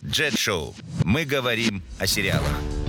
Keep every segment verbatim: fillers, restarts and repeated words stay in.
Jet Show. Мы говорим о сериалах.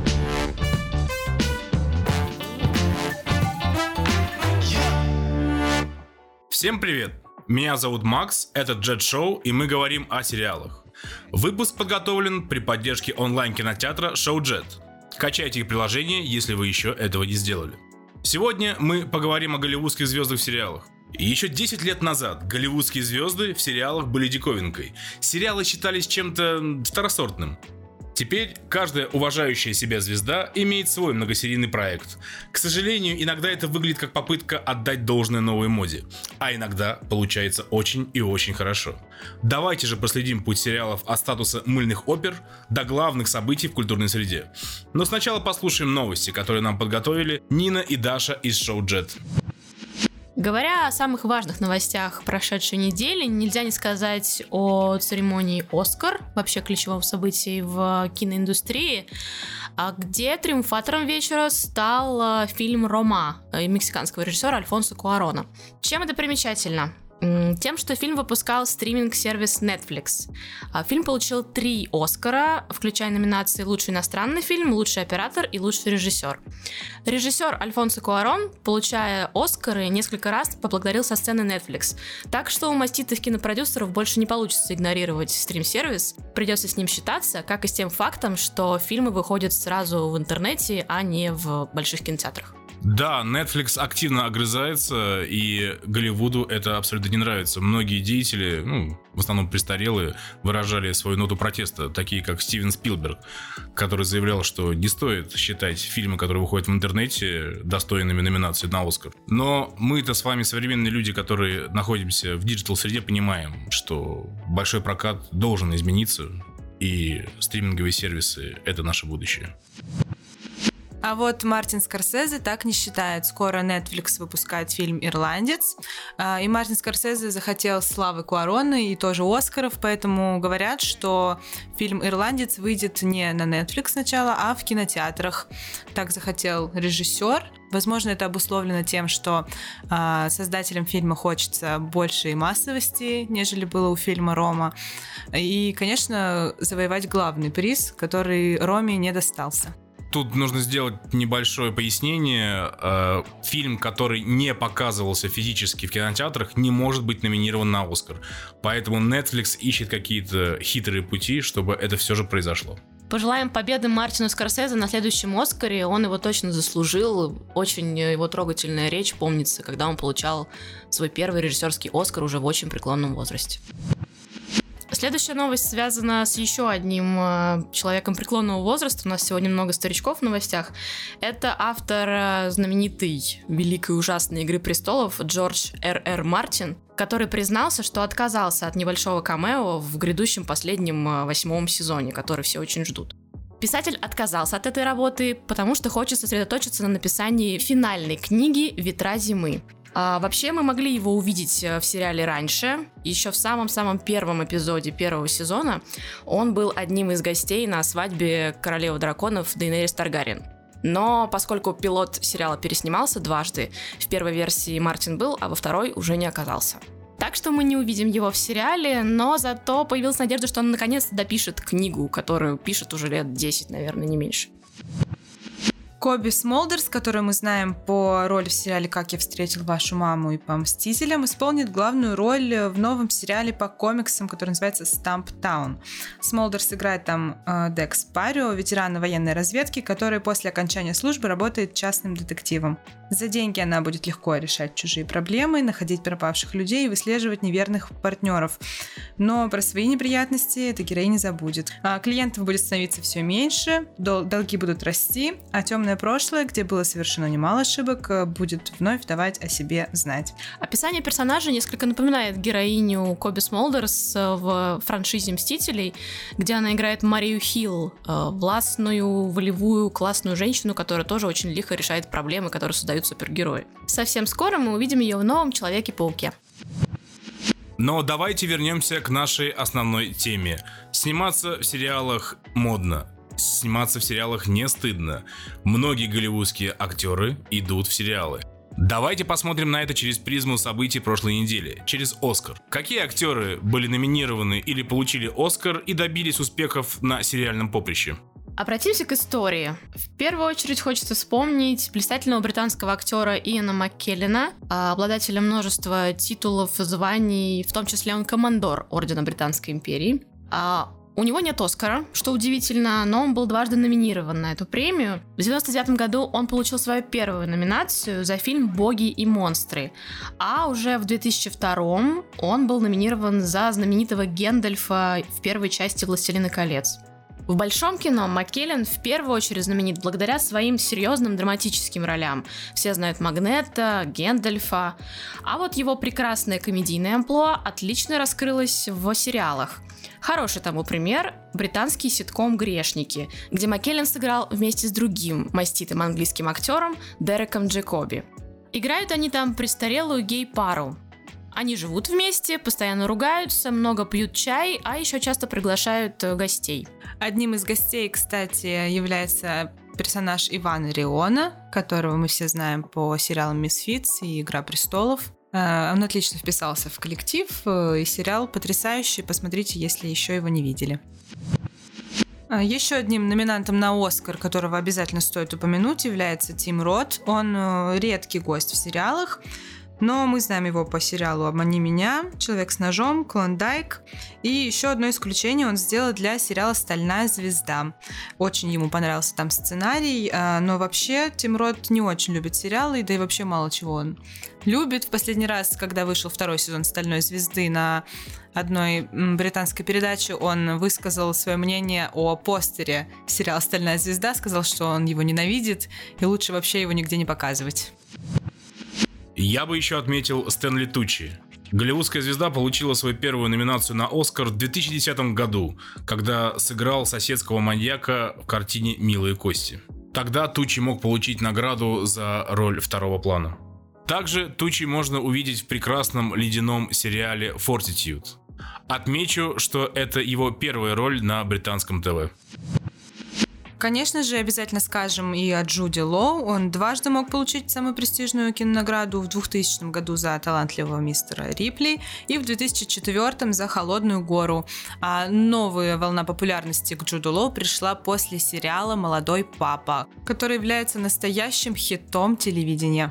Всем привет! Меня зовут Макс, это Jet Show, и мы говорим о сериалах. Выпуск подготовлен при поддержке онлайн-кинотеатра Show Jet. Качайте их приложение, если вы еще этого не сделали. Сегодня мы поговорим о голливудских звездах в сериалах. Еще десять лет назад голливудские звезды в сериалах были диковинкой. Сериалы считались чем-то второсортным. Теперь каждая уважающая себя звезда имеет свой многосерийный проект. К сожалению, иногда это выглядит как попытка отдать должное новой моде, а иногда получается очень и очень хорошо. Давайте же проследим путь сериалов от статуса мыльных опер до главных событий в культурной среде. Но сначала послушаем новости, которые нам подготовили Нина и Даша из Show Jet. Говоря о самых важных новостях прошедшей недели, нельзя не сказать о церемонии «Оскар», вообще ключевом событии в киноиндустрии, где триумфатором вечера стал фильм «Рома» мексиканского режиссера Альфонсо Куарона. Чем это примечательно? Тем, что фильм выпускал стриминг-сервис Netflix. Фильм получил три Оскара, включая номинации «Лучший иностранный фильм», «Лучший оператор» и «Лучший режиссер». Режиссер Альфонсо Куарон, получая Оскары, несколько раз поблагодарил со сцены Netflix. Так что у маститых кинопродюсеров больше не получится игнорировать стрим-сервис. Придется с ним считаться, как и с тем фактом, что фильмы выходят сразу в интернете, а не в больших кинотеатрах. Да, Netflix активно огрызается, и Голливуду это абсолютно не нравится. Многие деятели, ну, в основном престарелые, выражали свою ноту протеста, такие как Стивен Спилберг, который заявлял, что не стоит считать фильмы, которые выходят в интернете, достойными номинации на Оскар. Но мы-то с вами современные люди, которые находимся в диджитал-среде, понимаем, что большой прокат должен измениться, и стриминговые сервисы — это наше будущее. А вот Мартин Скорсезе так не считает. Скоро Netflix выпускает фильм «Ирландец», и Мартин Скорсезе захотел славы Куарона и тоже Оскаров, поэтому говорят, что фильм «Ирландец» выйдет не на Netflix сначала, а в кинотеатрах. Так захотел режиссер. Возможно, это обусловлено тем, что э, создателям фильма хочется большей массовости, нежели было у фильма «Рома». И, конечно, завоевать главный приз, который Роме не достался. Тут нужно сделать небольшое пояснение. Фильм, который не показывался физически в кинотеатрах, не может быть номинирован на Оскар. Поэтому Netflix ищет какие-то хитрые пути, чтобы это все же произошло. Пожелаем победы Мартину Скорсезе на следующем Оскаре. Он его точно заслужил. Очень его трогательная речь помнится, когда он получал свой первый режиссерский Оскар уже в очень преклонном возрасте. Следующая новость связана с еще одним э, человеком преклонного возраста. У нас сегодня много старичков в новостях. Это автор э, знаменитой великой и ужасной «Игры престолов» Джордж Р Р Мартин, который признался, что отказался от небольшого камео в грядущем последнем э, восьмом сезоне, который все очень ждут. Писатель отказался от этой работы, потому что хочет сосредоточиться на написании финальной книги «Ветра зимы». А вообще мы могли его увидеть в сериале раньше. Еще в самом-самом первом эпизоде первого сезона он был одним из гостей на свадьбе королевы драконов Дейенерис Таргариен. Но поскольку пилот сериала переснимался дважды, в первой версии Мартин был, а во второй уже не оказался. Так что мы не увидим его в сериале, но зато появилась надежда, что он наконец-то допишет книгу, которую пишет уже лет десять, наверное, не меньше. Коби Смолдерс, которую мы знаем по роли в сериале «Как я встретил вашу маму» и по «Мстителям», исполнит главную роль в новом сериале по комиксам, который называется «Стамптаун». Смолдерс играет там э, Декс Парио, ветерана военной разведки, который после окончания службы работает частным детективом. За деньги она будет легко решать чужие проблемы, находить пропавших людей и выслеживать неверных партнеров. Но про свои неприятности эта героиня забудет. А клиентов будет становиться все меньше, дол- долги будут расти, а темное прошлое, где было совершено немало ошибок, будет вновь давать о себе знать. Описание персонажа несколько напоминает героиню Коби Смолдерс в франшизе «Мстителей», где она играет Марию Хилл, властную, волевую, классную женщину, которая тоже очень лихо решает проблемы, которые создают супергерои. Совсем скоро мы увидим ее в новом Человеке-пауке. Но давайте вернемся к нашей основной теме. Сниматься в сериалах модно. Сниматься в сериалах не стыдно. Многие голливудские актеры идут в сериалы. Давайте посмотрим на это через призму событий прошлой недели, через Оскар. Какие актеры были номинированы или получили Оскар и добились успехов на сериальном поприще? Обратимся к истории. В первую очередь хочется вспомнить блистательного британского актера Иэна Маккеллена, обладателя множества титулов, званий, в том числе он командор Ордена Британской империи. У него нет Оскара, что удивительно, но он был дважды номинирован на эту премию. В девяносто девятом году он получил свою первую номинацию за фильм «Боги и монстры», а уже в две тысячи втором он был номинирован за знаменитого Гэндальфа в первой части «Властелина колец». В большом кино Маккеллен в первую очередь знаменит благодаря своим серьезным драматическим ролям. Все знают Магнета, Гэндальфа, а вот его прекрасное комедийное амплуа отлично раскрылось в сериалах. Хороший тому пример – британский ситком «Грешники», где Маккеллен сыграл вместе с другим маститым английским актером Дереком Джекоби. Играют они там престарелую гей-пару. Они живут вместе, постоянно ругаются, много пьют чай, а еще часто приглашают гостей. Одним из гостей, кстати, является персонаж Ивана Риона, которого мы все знаем по сериалам «Мисфитс» и «Игра престолов». Он отлично вписался в коллектив, и сериал потрясающий, посмотрите, если еще его не видели. Еще одним номинантом на Оскар, которого обязательно стоит упомянуть, является Тим Рот. Он редкий гость в сериалах, но мы знаем его по сериалу «Обмани меня», «Человек с ножом», «Клондайк». И еще одно исключение он сделал для сериала «Стальная звезда». Очень ему понравился там сценарий, но вообще Тим Рот не очень любит сериалы, да и вообще мало чего он любит. В последний раз, когда вышел второй сезон «Стальной звезды» на одной британской передаче, он высказал свое мнение о постере сериала «Стальная звезда», сказал, что он его ненавидит и лучше вообще его нигде не показывать. Я бы еще отметил Стэнли Туччи. Голливудская звезда получила свою первую номинацию на Оскар в две тысячи десятом году, когда сыграл соседского маньяка в картине «Милые кости». Тогда Туччи мог получить награду за роль второго плана. Также Туччи можно увидеть в прекрасном ледяном сериале «Fortitude». Отмечу, что это его первая роль на британском ТВ. Конечно же, обязательно скажем и о Джуде Лоу. Он дважды мог получить самую престижную кинонаграду: в двухтысячном году за талантливого мистера Рипли и в две тысячи четвёртом за «Холодную гору». А новая волна популярности к Джуду Лоу пришла после сериала «Молодой папа», который является настоящим хитом телевидения.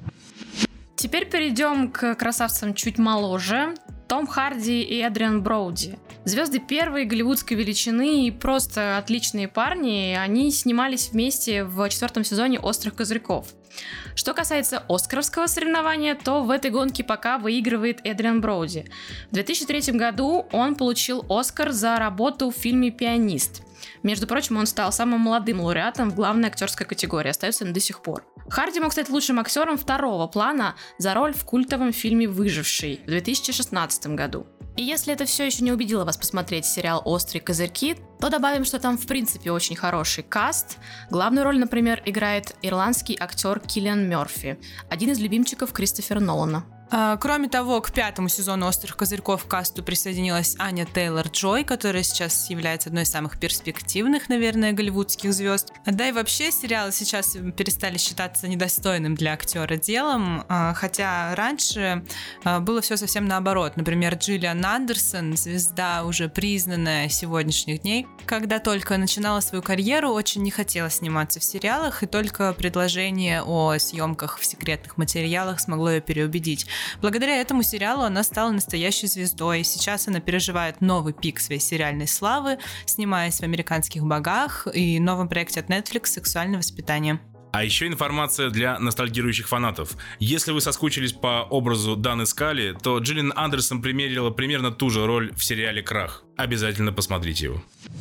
Теперь перейдем к красавцам чуть моложе. Том Харди и Эдриан Броуди. Звезды первой голливудской величины и просто отличные парни. Они снимались вместе в четвертом сезоне «Острых козырьков». Что касается оскаровского соревнования, то в этой гонке пока выигрывает Эдриан Броуди. В две тысячи третьем году он получил Оскар за работу в фильме «Пианист». Между прочим, он стал самым молодым лауреатом в главной актерской категории, остается им до сих пор. Харди мог стать лучшим актером второго плана за роль в культовом фильме «Выживший» в две тысячи шестнадцатом году. И если это все еще не убедило вас посмотреть сериал «Острые козырьки», то добавим, что там в принципе очень хороший каст. Главную роль, например, играет ирландский актер Киллиан Мерфи, один из любимчиков Кристофера Нолана. Кроме того, к пятому сезону «Острых козырьков» к касту присоединилась Аня Тейлор-Джой, которая сейчас является одной из самых перспективных, наверное, голливудских звезд. Да и вообще сериалы сейчас перестали считаться недостойным для актера делом, хотя раньше было все совсем наоборот. Например, Джиллиан Андерсон, звезда уже признанная сегодняшних дней, когда только начинала свою карьеру, очень не хотела сниматься в сериалах, и только предложение о съемках в секретных материалах смогло ее переубедить. Благодаря этому сериалу она стала настоящей звездой. Сейчас она переживает новый пик своей сериальной славы, снимаясь в «Американских богах» и новом проекте от Netflix «Сексуальное воспитание». А еще информация для ностальгирующих фанатов. Если вы соскучились по образу Даны Скали, то Джиллиан Андерсон примерила примерно ту же роль в сериале «Крах». Обязательно посмотрите его.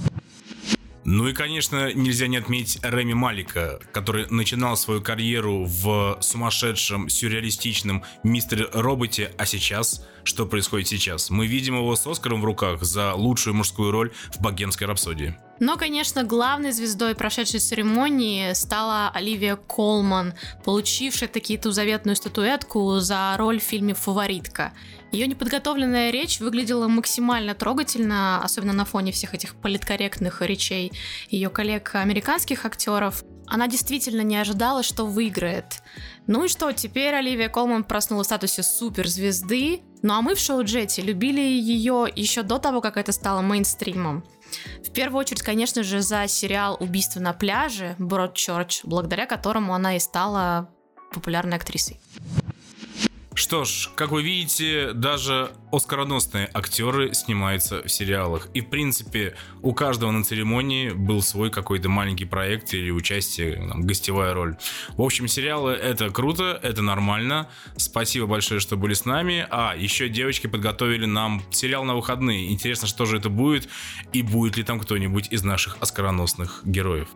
Ну и, конечно, нельзя не отметить Рами Малика, который начинал свою карьеру в сумасшедшем, сюрреалистичном «Мистере Роботе», а сейчас, что происходит сейчас? Мы видим его с Оскаром в руках за лучшую мужскую роль в «Богемской рапсодии». Но, конечно, главной звездой прошедшей церемонии стала Оливия Колман, получившая таки ту заветную статуэтку за роль в фильме «Фаворитка». Ее неподготовленная речь выглядела максимально трогательно, особенно на фоне всех этих политкорректных речей ее коллег-американских актеров. Она действительно не ожидала, что выиграет. Ну и что, теперь Оливия Колман проснулась в статусе суперзвезды. Ну а мы в Шоу-Джете любили ее еще до того, как это стало мейнстримом. В первую очередь, конечно же, за сериал «Убийство на пляже» Бродчерч, благодаря которому она и стала популярной актрисой. Что ж, как вы видите, даже оскароносные актеры снимаются в сериалах. И, в принципе, у каждого на церемонии был свой какой-то маленький проект или участие, там, гостевая роль. В общем, сериалы — это круто, это нормально. Спасибо большое, что были с нами. А, еще девочки подготовили нам сериал на выходные. Интересно, что же это будет и будет ли там кто-нибудь из наших оскароносных героев.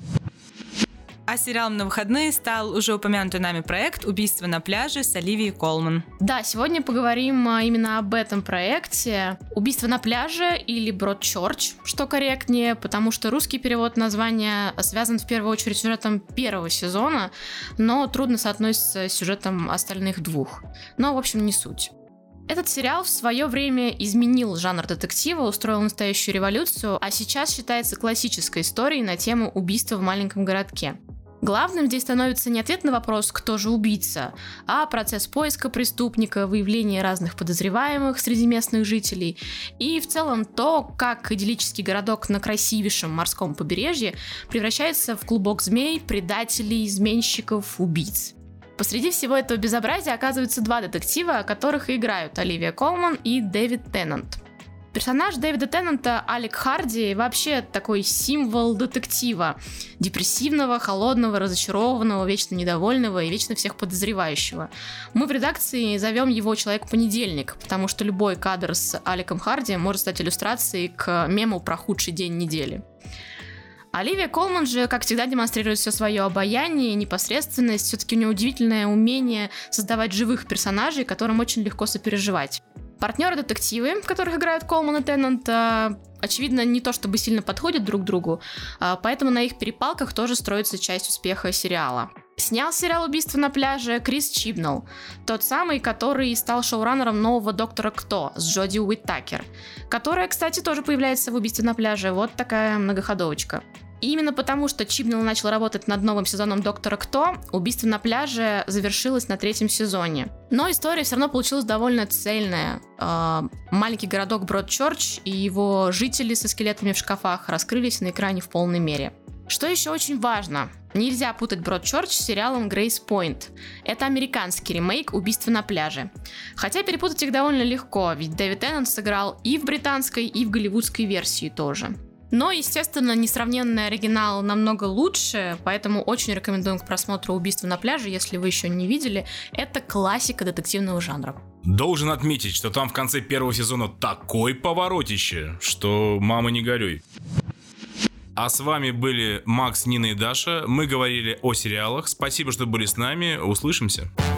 А сериалом на выходные стал уже упомянутый нами проект «Убийство на пляже» с Оливией Колман. Да, сегодня поговорим именно об этом проекте. «Убийство на пляже» или «Бродчерч», что корректнее, потому что русский перевод названия связан в первую очередь с сюжетом первого сезона, но трудно соотносится с сюжетом остальных двух. Но, в общем, не суть. Этот сериал в свое время изменил жанр детектива, устроил настоящую революцию, а сейчас считается классической историей на тему убийства в маленьком городке. Главным здесь становится не ответ на вопрос, кто же убийца, а процесс поиска преступника, выявление разных подозреваемых среди местных жителей и в целом то, как идиллический городок на красивейшем морском побережье превращается в клубок змей, предателей, изменщиков, убийц. Посреди всего этого безобразия оказываются два детектива, которых играют Оливия Колман и Дэвид Теннант. Персонаж Дэвида Теннанта, Алек Харди, вообще такой символ детектива. Депрессивного, холодного, разочарованного, вечно недовольного и вечно всех подозревающего. Мы в редакции зовем его «Человек-понедельник», потому что любой кадр с Алеком Харди может стать иллюстрацией к мему про худший день недели. Оливия Колман же, как всегда, демонстрирует все свое обаяние и непосредственность. Все-таки у нее удивительное умение создавать живых персонажей, которым очень легко сопереживать. Партнеры-детективы, которых играют Колман и Теннант, очевидно, не то чтобы сильно подходят друг другу, поэтому на их перепалках тоже строится часть успеха сериала. Снял сериал «Убийство на пляже» Крис Чибнелл, тот самый, который стал шоураннером нового «Доктора Кто» с Джоди Уиттакер, которая, кстати, тоже появляется в «Убийстве на пляже». Вот такая многоходовочка. И именно потому, что Чибнелл начал работать над новым сезоном «Доктора Кто», «Убийство на пляже» завершилось на третьем сезоне. Но история все равно получилась довольно цельная. Маленький городок Бродчерч и его жители со скелетами в шкафах раскрылись на экране в полной мере. Что еще очень важно, нельзя путать Бродчерч с сериалом Грейс Пойнт. Это американский ремейк «Убийства на пляже». Хотя перепутать их довольно легко, ведь Дэвид Теннант сыграл и в британской, и в голливудской версии тоже. Но, естественно, несравненный оригинал намного лучше, поэтому очень рекомендуем к просмотру «Убийство на пляже», если вы еще не видели. Это классика детективного жанра. Должен отметить, что там в конце первого сезона такой поворотище, что мама не горюй. А с вами были Макс, Нина и Даша. Мы говорили о сериалах. Спасибо, что были с нами. Услышимся.